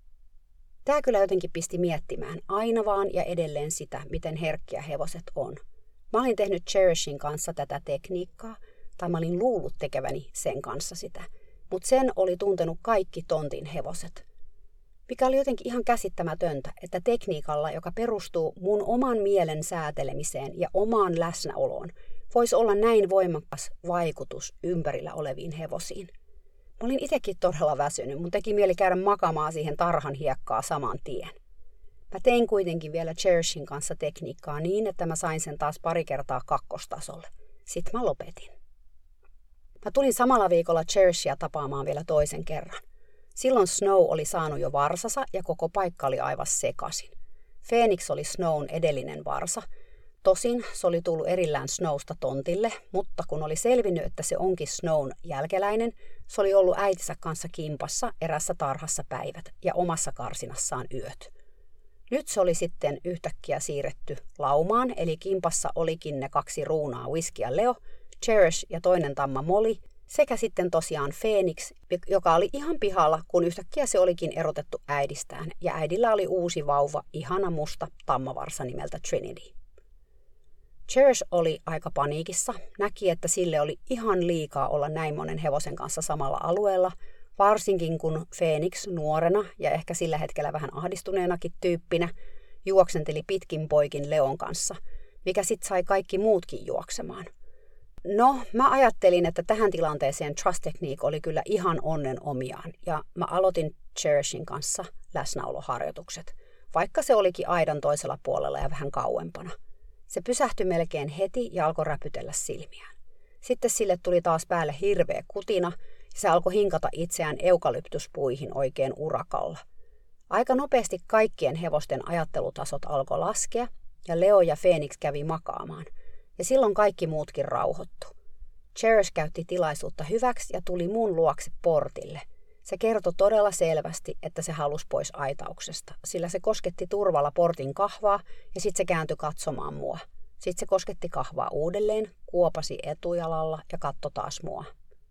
Tää kyllä jotenkin pisti miettimään aina vaan ja edelleen sitä, miten herkkiä hevoset on. Mä olin tehnyt Cherishin kanssa tätä tekniikkaa, tai mä olin luullut tekeväni sen kanssa sitä, mutta sen oli tuntenut kaikki tontin hevoset. Mikä oli jotenkin ihan käsittämätöntä, että tekniikalla, joka perustuu mun oman mielen säätelemiseen ja omaan läsnäoloon, voisi olla näin voimakas vaikutus ympärillä oleviin hevosiin. Mä olin itsekin todella väsynyt, mun teki mieli käydä makaamaan siihen tarhan hiekkaa saman tien. Mä tein kuitenkin vielä Cherishin kanssa tekniikkaa niin, että mä sain sen taas pari kertaa kakkostasolle. Sitten mä lopetin. Mä tulin samalla viikolla Cherishia tapaamaan vielä toisen kerran. Silloin Snow oli saanut jo varsasa ja koko paikka oli aivan sekaisin. Phoenix oli Snown edellinen varsa. Tosin se oli tullut erillään Snowsta tontille, mutta kun oli selvinnyt, että se onkin Snown jälkeläinen, se oli ollut äitinsä kanssa kimpassa erässä tarhassa päivät ja omassa karsinassaan yöt. Nyt se oli sitten yhtäkkiä siirretty laumaan, eli kimpassa olikin ne 2 ruunaa Whisky ja Leo, Cherish ja toinen tamma Molly, sekä sitten tosiaan Phoenix, joka oli ihan pihalla, kun yhtäkkiä se olikin erotettu äidistään, ja äidillä oli uusi vauva, ihana musta tammavarsa nimeltä Trinity. Cherish oli aika paniikissa, näki, että sille oli ihan liikaa olla näin monen hevosen kanssa samalla alueella, varsinkin kun Phoenix nuorena ja ehkä sillä hetkellä vähän ahdistuneenakin tyyppinä juoksenteli pitkin poikin Leon kanssa, mikä sitten sai kaikki muutkin juoksemaan. No, mä ajattelin, että tähän tilanteeseen Trust Technique oli kyllä ihan onnen omiaan, ja mä aloitin Cherishin kanssa läsnäoloharjoitukset, vaikka se olikin aidan toisella puolella ja vähän kauempana. Se pysähtyi melkein heti ja alkoi räpytellä silmiään. Sitten sille tuli taas päälle hirveä kutina, Se alkoi hinkata itseään eukalyptuspuihin oikein urakalla. Aika nopeasti kaikkien hevosten ajattelutasot alkoi laskea, ja Leo ja Phoenix kävi makaamaan, ja silloin kaikki muutkin rauhoittu. Cherish käytti tilaisuutta hyväksi ja tuli mun luokse portille. Se kertoi todella selvästi, että se halusi pois aitauksesta, sillä se kosketti turvalla portin kahvaa ja sitten se kääntyi katsomaan mua. Sitten se kosketti kahvaa uudelleen, kuopasi etujalalla ja katsoi taas mua.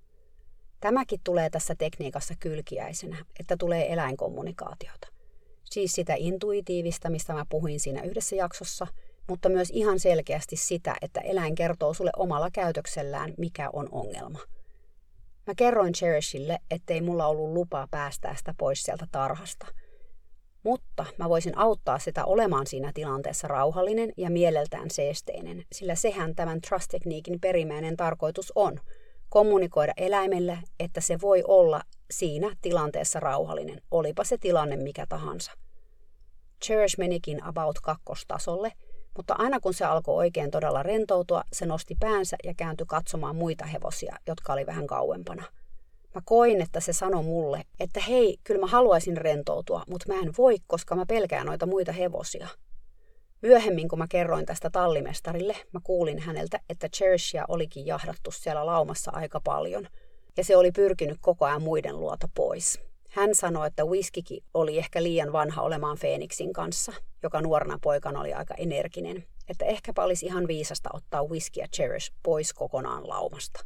Tämäkin tulee tässä tekniikassa kylkiäisenä, että tulee eläinkommunikaatiota. Siis sitä intuitiivista, mistä mä puhuin siinä yhdessä jaksossa, mutta myös ihan selkeästi sitä, että eläin kertoo sulle omalla käytöksellään, mikä on ongelma. Mä kerroin Cherishille, ettei mulla ollut lupaa päästää sitä pois sieltä tarhasta. Mutta mä voisin auttaa sitä olemaan siinä tilanteessa rauhallinen ja mieleltään seesteinen, sillä sehän tämän trust-tekniikin perimmäinen tarkoitus on. Kommunikoida eläimelle, että se voi olla siinä tilanteessa rauhallinen, olipa se tilanne mikä tahansa. Cherish menikin about 2. tasolle, mutta aina kun se alkoi oikein todella rentoutua, se nosti päänsä ja kääntyi katsomaan muita hevosia, jotka oli vähän kauempana. Mä koin, että se sanoi mulle, että hei, kyllä mä haluaisin rentoutua, mutta mä en voi, koska mä pelkään noita muita hevosia. Myöhemmin, kun mä kerroin tästä tallimestarille, mä kuulin häneltä, että Cherishia olikin jahdattu siellä laumassa aika paljon, ja se oli pyrkinyt koko ajan muiden luota pois. Hän sanoi, että Whiskikin oli ehkä liian vanha olemaan Phoenixin kanssa, joka nuorena poikana oli aika energinen, että ehkäpä olisi ihan viisasta ottaa Whisky ja Cherish pois kokonaan laumasta.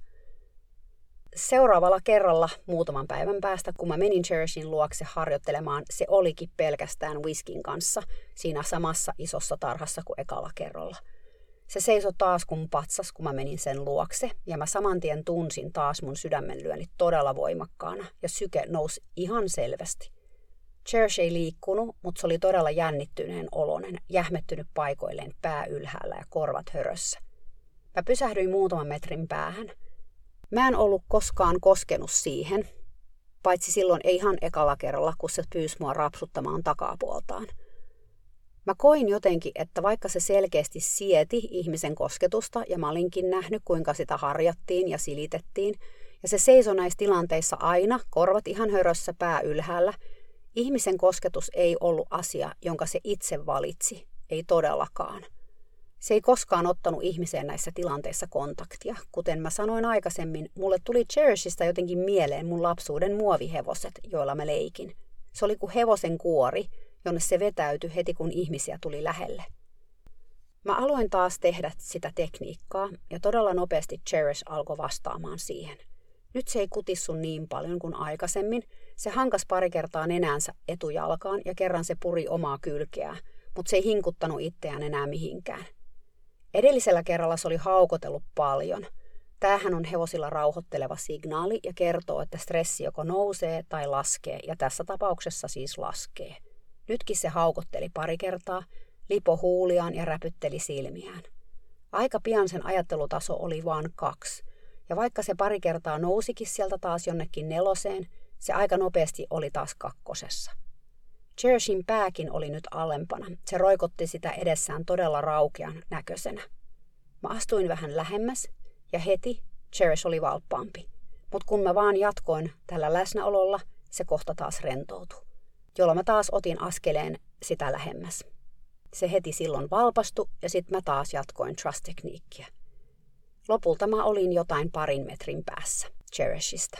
Seuraavalla kerralla muutaman päivän päästä, kun mä menin Cherishin luokse harjoittelemaan, se olikin pelkästään Whiskyn kanssa siinä samassa isossa tarhassa kuin ekalla kerralla. Se seisoi taas kun patsas, kun mä menin sen luokse, ja mä saman tien tunsin taas mun sydämenlyönnit todella voimakkaana, ja syke nousi ihan selvästi. Cherish ei liikkunut, mutta se oli todella jännittyneen oloinen, jähmettynyt paikoilleen pää ylhäällä ja korvat hörössä. Mä pysähdyin muutaman metrin päähän. Mä en ollut koskaan koskenut siihen, paitsi silloin ei ihan ekalla kerralla, kun se pyysi mua rapsuttamaan takapuoltaan. Mä koin jotenkin, että vaikka se selkeästi sieti ihmisen kosketusta, ja mä olinkin nähnyt, kuinka sitä harjattiin ja silitettiin, ja se seisoi näissä tilanteissa aina, korvat ihan hörössä, pää ylhäällä, ihmisen kosketus ei ollut asia, jonka se itse valitsi, ei todellakaan. Se ei koskaan ottanut ihmiseen näissä tilanteissa kontaktia. Kuten mä sanoin aikaisemmin, mulle tuli Cherishistä jotenkin mieleen mun lapsuuden muovihevoset, joilla mä leikin. Se oli kuin hevosen kuori, jonne se vetäytyi heti kun ihmisiä tuli lähelle. Mä aloin taas tehdä sitä tekniikkaa ja todella nopeasti Cherish alkoi vastaamaan siihen. Nyt se ei kutissu niin paljon kuin aikaisemmin. Se hankas pari kertaa nenänsä etujalkaan ja kerran se puri omaa kylkeään, mutta se ei hinkuttanut itseään enää mihinkään. Edellisellä kerralla se oli haukotellut paljon. Tämähän on hevosilla rauhoitteleva signaali ja kertoo, että stressi joko nousee tai laskee, ja tässä tapauksessa siis laskee. Nytkin se haukotteli pari kertaa, lipo huuliaan ja räpytteli silmiään. Aika pian sen ajattelutaso oli vain 2, ja vaikka se pari kertaa nousikin sieltä taas jonnekin 4, se aika nopeasti oli taas 2. Cherishin pääkin oli nyt alempana. Se roikotti sitä edessään todella raukean näköisenä. Mä astuin vähän lähemmäs ja heti Cherish oli valppaampi. Mutta kun mä vaan jatkoin tällä läsnäololla, se kohta taas rentoutui, jolloin mä taas otin askeleen sitä lähemmäs. Se heti silloin valpastui ja sitten mä taas jatkoin trust-tekniikkiä. Lopulta mä olin jotain 2 metrin päässä Cherishistä.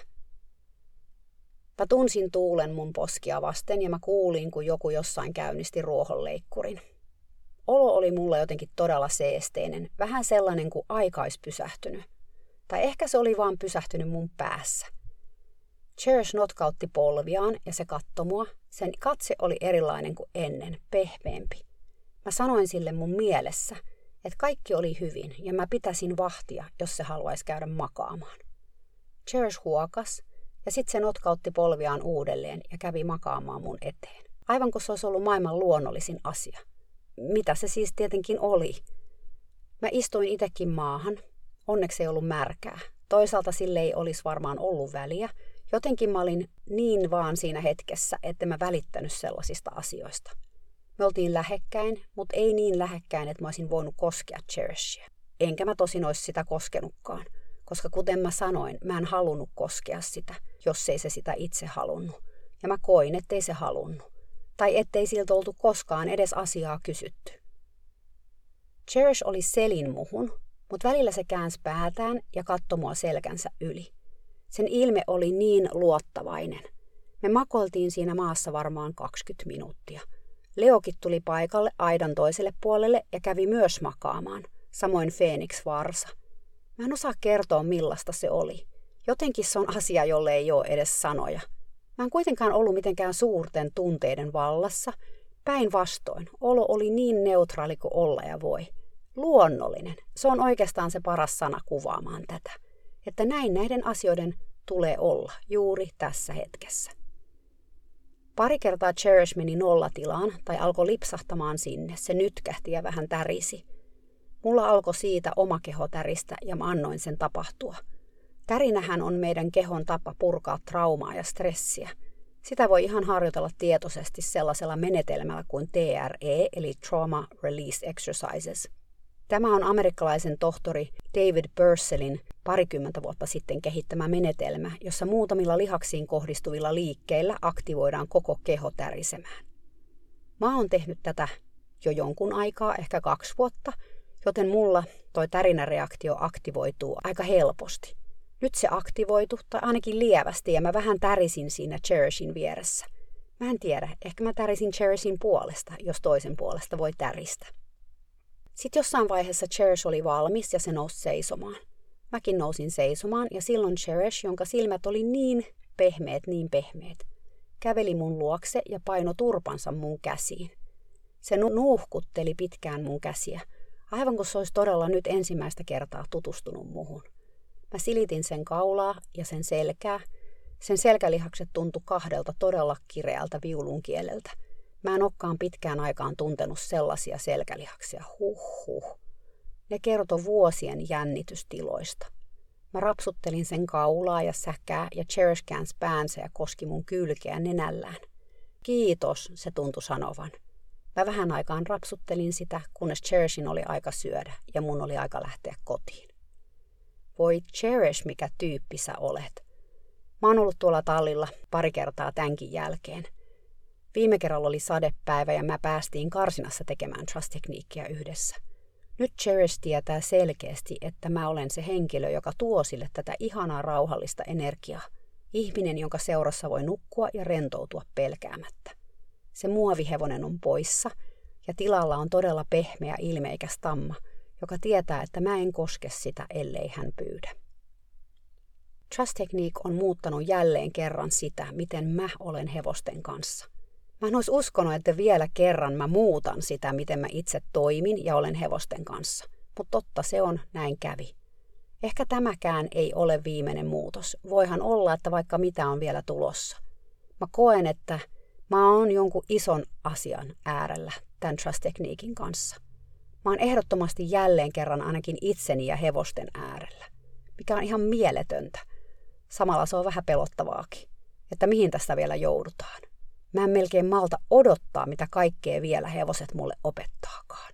Mä tunsin tuulen mun poskia vasten ja mä kuulin, kun joku jossain käynnisti ruohonleikkurin. Olo oli mulla jotenkin todella seesteinen, vähän sellainen kuin aika olisi pysähtynyt. Tai ehkä se oli vaan pysähtynyt mun päässä. Cherish notkautti polviaan ja se katsoi mua. Sen katse oli erilainen kuin ennen, pehmeämpi. Mä sanoin sille mun mielessä, että kaikki oli hyvin ja mä pitäisin vahtia, jos se haluaisi käydä makaamaan. Cherish huokas. Ja sitten se notkautti polviaan uudelleen ja kävi makaamaan mun eteen. Aivan kuin se olisi ollut maailman luonnollisin asia. Mitä se siis tietenkin oli? Mä istuin itsekin maahan. Onneksi ei ollut märkää. Toisaalta sille ei olisi varmaan ollut väliä. Jotenkin mä olin niin vaan siinä hetkessä, että mä välittänyt sellaisista asioista. Me oltiin lähekkäin, mutta ei niin lähekkäin, että mä olisin voinut koskea Cherishia. Enkä mä tosin olisi sitä koskenutkaan. Koska kuten mä sanoin, mä en halunnut koskea sitä. jos ei se sitä itse halunnut. Ja mä koin, ettei se halunnut. Tai ettei siltä oltu koskaan edes asiaa kysytty. Cherish oli selin muhun, mutta välillä se käänsi päätään ja katsoi mua selkänsä yli. Sen ilme oli niin luottavainen. Me makoiltiin siinä maassa varmaan 20 minuuttia. Leokin tuli paikalle aidan toiselle puolelle ja kävi myös makaamaan, samoin Phoenix Varsa. Mä en osaa kertoa millaista se oli. Jotenkin se on asia, jolle ei ole edes sanoja. Mä en kuitenkaan ollut mitenkään suurten tunteiden vallassa. Päinvastoin, olo oli niin neutraali kuin olla ja voi. Luonnollinen. Se on oikeastaan se paras sana kuvaamaan tätä. Että näiden asioiden tulee olla juuri tässä hetkessä. Pari kertaa Cherish meni nollatilaan tai alkoi lipsahtamaan sinne. Se nytkähti ja vähän tärisi. Mulla alkoi siitä oma keho täristä ja mä annoin sen tapahtua. Tärinähän on meidän kehon tapa purkaa traumaa ja stressiä. Sitä voi ihan harjoitella tietoisesti sellaisella menetelmällä kuin TRE eli Trauma Release Exercises. Tämä on amerikkalaisen tohtori David Purcellin 20 vuotta sitten kehittämä menetelmä, jossa muutamilla lihaksiin kohdistuvilla liikkeillä aktivoidaan koko keho tärisemään. Mä oon tehnyt tätä jo jonkun aikaa, ehkä 2 vuotta, joten mulla toi tärinäreaktio aktivoituu aika helposti. Nyt se aktivoitu, tai ainakin lievästi, ja mä vähän tärisin siinä Cherishin vieressä. Mä en tiedä, ehkä mä tärisin Cherishin puolesta, jos toisen puolesta voi täristä. Sitten jossain vaiheessa Cherish oli valmis ja se nousi seisomaan. Mäkin nousin seisomaan ja silloin Cherish, jonka silmät oli niin pehmeät, käveli mun luokse ja painoi turpansa mun käsiin. Se nuuhkutteli pitkään mun käsiä, aivan kuin se olisi todella nyt ensimmäistä kertaa tutustunut muhun. Mä silitin sen kaulaa ja sen selkää. Sen selkälihakset tuntui 2 todella kireältä viulun kieleltä. Mä en olekaan pitkään aikaan tuntenut sellaisia selkälihaksia. Ne kertoi vuosien jännitystiloista. Mä rapsuttelin sen kaulaa ja säkää ja Cherish käänsi päänsä ja koski mun kylkeä nenällään. Kiitos, se tuntui sanovan. Mä vähän aikaan rapsuttelin sitä, kunnes Cherishin oli aika syödä ja mun oli aika lähteä kotiin. Voi Cherish, mikä tyyppi sä olet. Mä oon ollut tuolla tallilla 2 kertaa tämänkin jälkeen. Viime kerralla oli sadepäivä ja mä päästiin karsinassa tekemään trust-tekniikkiä yhdessä. Nyt Cherish tietää selkeästi, että mä olen se henkilö, joka tuo sille tätä ihanaa rauhallista energiaa. Ihminen, jonka seurassa voi nukkua ja rentoutua pelkäämättä. Se muovihevonen on poissa ja tilalla on todella pehmeä ilmeikäs tamma, joka tietää, että mä en koske sitä, ellei hän pyydä. Trust Technique on muuttanut jälleen kerran sitä, miten mä olen hevosten kanssa. Mä en olisi uskonut, että vielä kerran mä muutan sitä, miten mä itse toimin ja olen hevosten kanssa. Mutta totta se on, näin kävi. Ehkä tämäkään ei ole viimeinen muutos. Voihan olla, että vaikka mitä on vielä tulossa. Mä koen, että mä oon jonkun ison asian äärellä tämän Trust Techniquein kanssa. Mä oon ehdottomasti jälleen kerran ainakin itseni ja hevosten äärellä, mikä on ihan mieletöntä. Samalla se on vähän pelottavaakin, että mihin tästä vielä joudutaan. Mä en melkein malta odottaa, mitä kaikkea vielä hevoset mulle opettaakaan.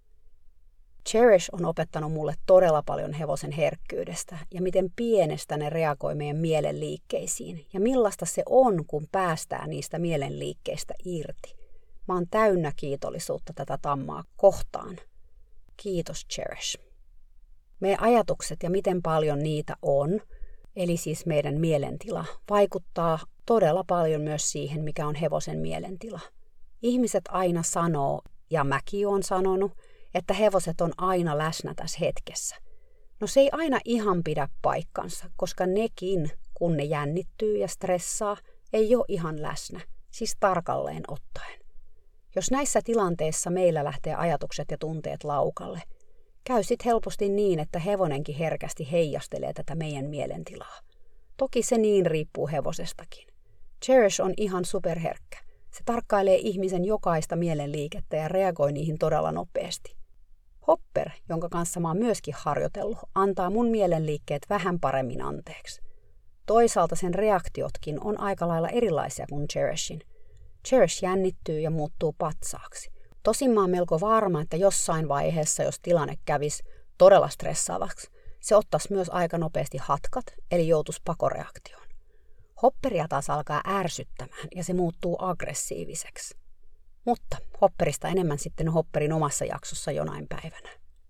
Cherish on opettanut mulle todella paljon hevosen herkkyydestä ja miten pienestä ne reagoi meidän mielen liikkeisiin ja millaista se on, kun päästään niistä mielen liikkeistä irti. Mä oon täynnä kiitollisuutta tätä tammaa kohtaan. Kiitos Cherish. Meidän ajatukset ja miten paljon niitä on, eli siis meidän mielentila, vaikuttaa todella paljon myös siihen, mikä on hevosen mielentila. Ihmiset aina sanoo, ja mäkin oon sanonut, että hevoset on aina läsnä tässä hetkessä. No se ei aina ihan pidä paikkansa, koska nekin, kun ne jännittyy ja stressaa, ei ole ihan läsnä, siis tarkalleen ottaen. Jos näissä tilanteissa meillä lähtee ajatukset ja tunteet laukalle, käy sit helposti niin, että hevonenkin herkästi heijastelee tätä meidän mielentilaa. Toki se niin riippuu hevosestakin. Cherish on ihan superherkkä. Se tarkkailee ihmisen jokaista mielenliikettä ja reagoi niihin todella nopeasti. Hopper, jonka kanssa mä oon myöskin harjoitellut, antaa mun mielenliikkeet vähän paremmin anteeksi. Toisaalta sen reaktiotkin on aika lailla erilaisia kuin Cherishin. Cherish jännittyy ja muuttuu patsaaksi. Tosin mä oon melko varma, että jossain vaiheessa, jos tilanne kävisi todella stressaavaksi, se ottaisi myös aika nopeasti hatkat, eli joutuisi pakoreaktioon. Hopperia taas alkaa ärsyttämään ja se muuttuu aggressiiviseksi. Mutta Hopperista enemmän sitten Hopperin omassa jaksossa jonain päivänä.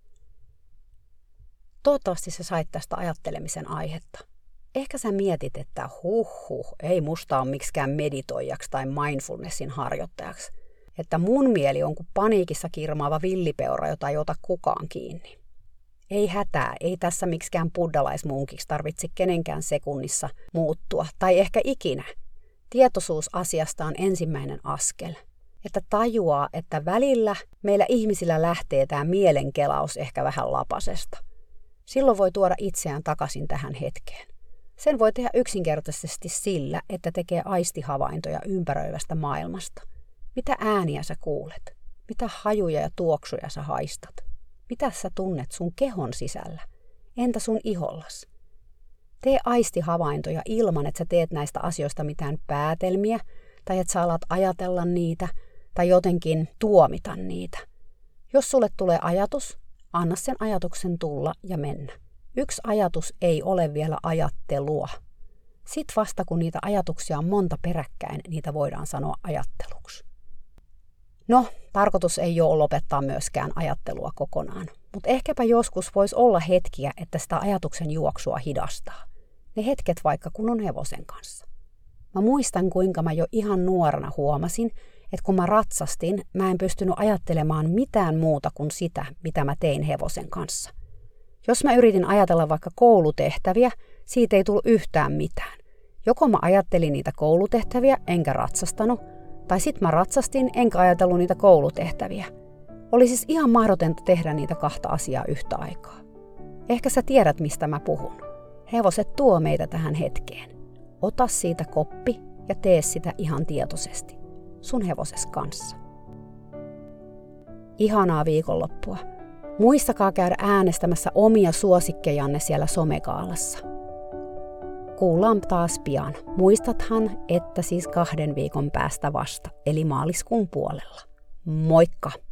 Toivottavasti sä sait tästä ajattelemisen aihetta. Ehkä sä mietit, että ei musta ole miksikään meditoijaksi tai mindfulnessin harjoittajaksi. Että mun mieli on kuin paniikissa kirmaava villipeura, jota ei ota kukaan kiinni. Ei hätää, ei tässä miksikään buddhalaismunkiksi tarvitse kenenkään sekunnissa muuttua, tai ehkä ikinä. Tietoisuus asiasta on ensimmäinen askel. Että tajuaa, että välillä meillä ihmisillä lähtee tämä mielenkelaus ehkä vähän lapasesta. Silloin voi tuoda itseään takaisin tähän hetkeen. Sen voi tehdä yksinkertaisesti sillä, että tekee aistihavaintoja ympäröivästä maailmasta. Mitä ääniä sä kuulet? Mitä hajuja ja tuoksuja sä haistat? Mitä sä tunnet sun kehon sisällä? Entä sun ihollas? Tee aistihavaintoja ilman, että sä teet näistä asioista mitään päätelmiä, tai että sä alat ajatella niitä, tai jotenkin tuomita niitä. Jos sulle tulee ajatus, anna sen ajatuksen tulla ja mennä. Yksi ajatus ei ole vielä ajattelua. Sitten vasta kun niitä ajatuksia on monta peräkkäin, niitä voidaan sanoa ajatteluksi. No, tarkoitus ei ole lopettaa myöskään ajattelua kokonaan, mutta ehkäpä joskus voisi olla hetkiä, että sitä ajatuksen juoksua hidastaa. Ne hetket vaikka kun on hevosen kanssa. Mä muistan, kuinka mä jo ihan nuorena huomasin, että kun mä ratsastin, mä en pystynyt ajattelemaan mitään muuta kuin sitä, mitä mä tein hevosen kanssa. Jos mä yritin ajatella vaikka koulutehtäviä, siitä ei tullut yhtään mitään. Joko mä ajattelin niitä koulutehtäviä, enkä ratsastanut, tai sit mä ratsastin, enkä ajatellut niitä koulutehtäviä. Oli siis ihan mahdotonta tehdä niitä kahta asiaa yhtä aikaa. Ehkä sä tiedät, mistä mä puhun. Hevoset tuo meitä tähän hetkeen. Ota siitä koppi ja tee sitä ihan tietoisesti. Sun hevoses kanssa. Ihanaa viikonloppua. Muistakaa käydä äänestämässä omia suosikkejanne siellä somegaalassa. Kuullaan taas pian. Muistathan, että siis 2 viikon päästä vasta, eli maaliskuun puolella. Moikka!